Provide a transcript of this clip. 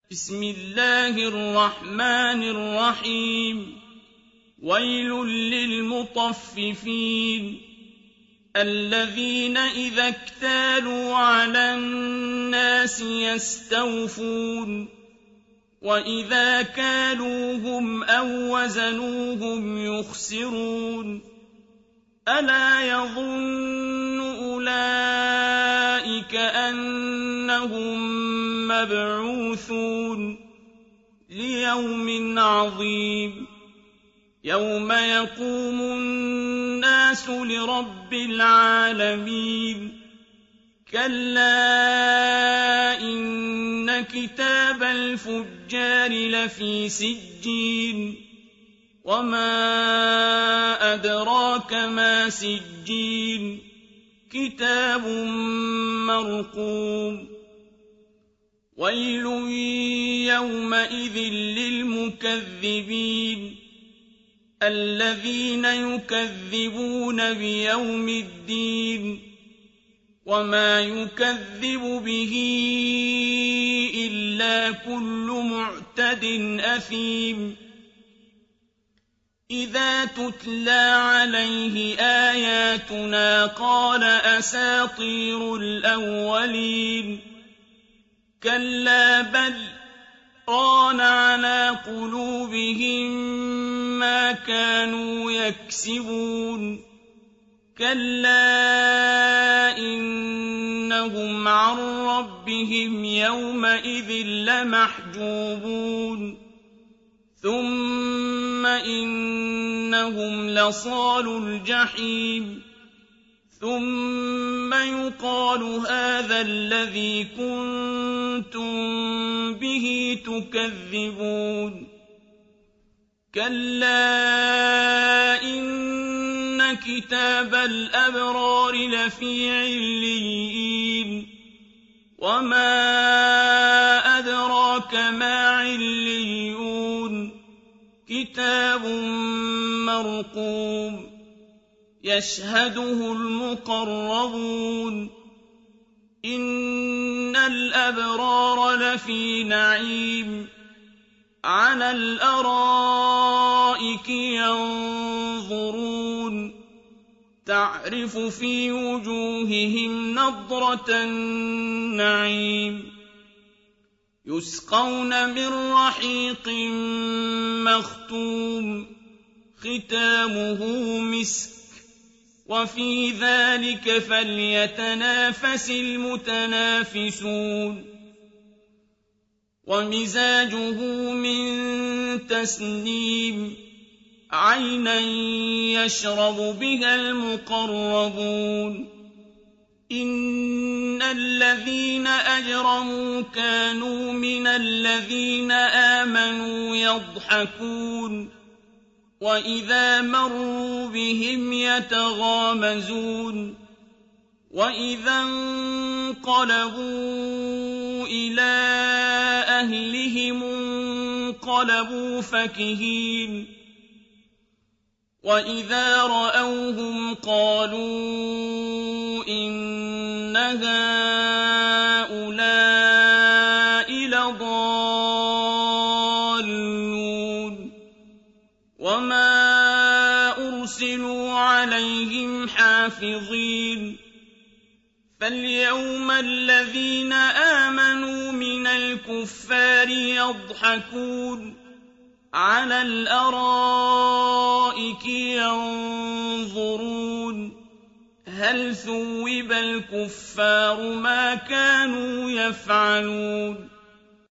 بسم الله الرحمن الرحيم ويل للمطففين الذين إذا اكتالوا على الناس يستوفون وإذا كالوهم أو وزنوهم يخسرون ألا يظن أولئك أنهم مبعوثون ليوم عظيم يوم يقوم الناس لرب العالمين كلا إن كتاب الفجار لفي سجين وما أدراك ما سجين كتاب مرقوم ويل يومئذ للمكذبين الذين يكذبون بيوم الدين وما يكذب به إلا كل معتد أثيم إذا تتلى عليه آياتنا قال أساطير الأولين كلا بل ران على قلوبهم ما كانوا يكسبون كلا إنهم عن ربهم يومئذ لمحجوبون ثم إنهم لصالو الجحيم ثم يقال هذا الذي كنتم به تكذبون كلا إن كتاب الأبرار لفي عليين وما أدراك ما عليون كتاب مرقوم يشهده المقربون إن الأبرار لفي نعيم على الأرائك ينظرون تعرف في وجوههم نضرة النعيم يسقون من رحيق مختوم ختامه مسك وفي ذلك فليتنافس المتنافسون ومزاجه من تسنيم عينا يشرب بها المقربون إن الذين أجرموا كانوا من الذين آمنوا يضحكون وإذا مروا بهم يتغامزون وإذا انقلبوا إلى أهلهم انقلبوا فكهين وإذا رأوهم قالوا إن هؤلاء لضالون وما أرسلوا عليهم حافظين فاليوم الذين آمنوا من الكفار يضحكون على الأرائك ينظرون هل ثوب الكفار ما كانوا يفعلون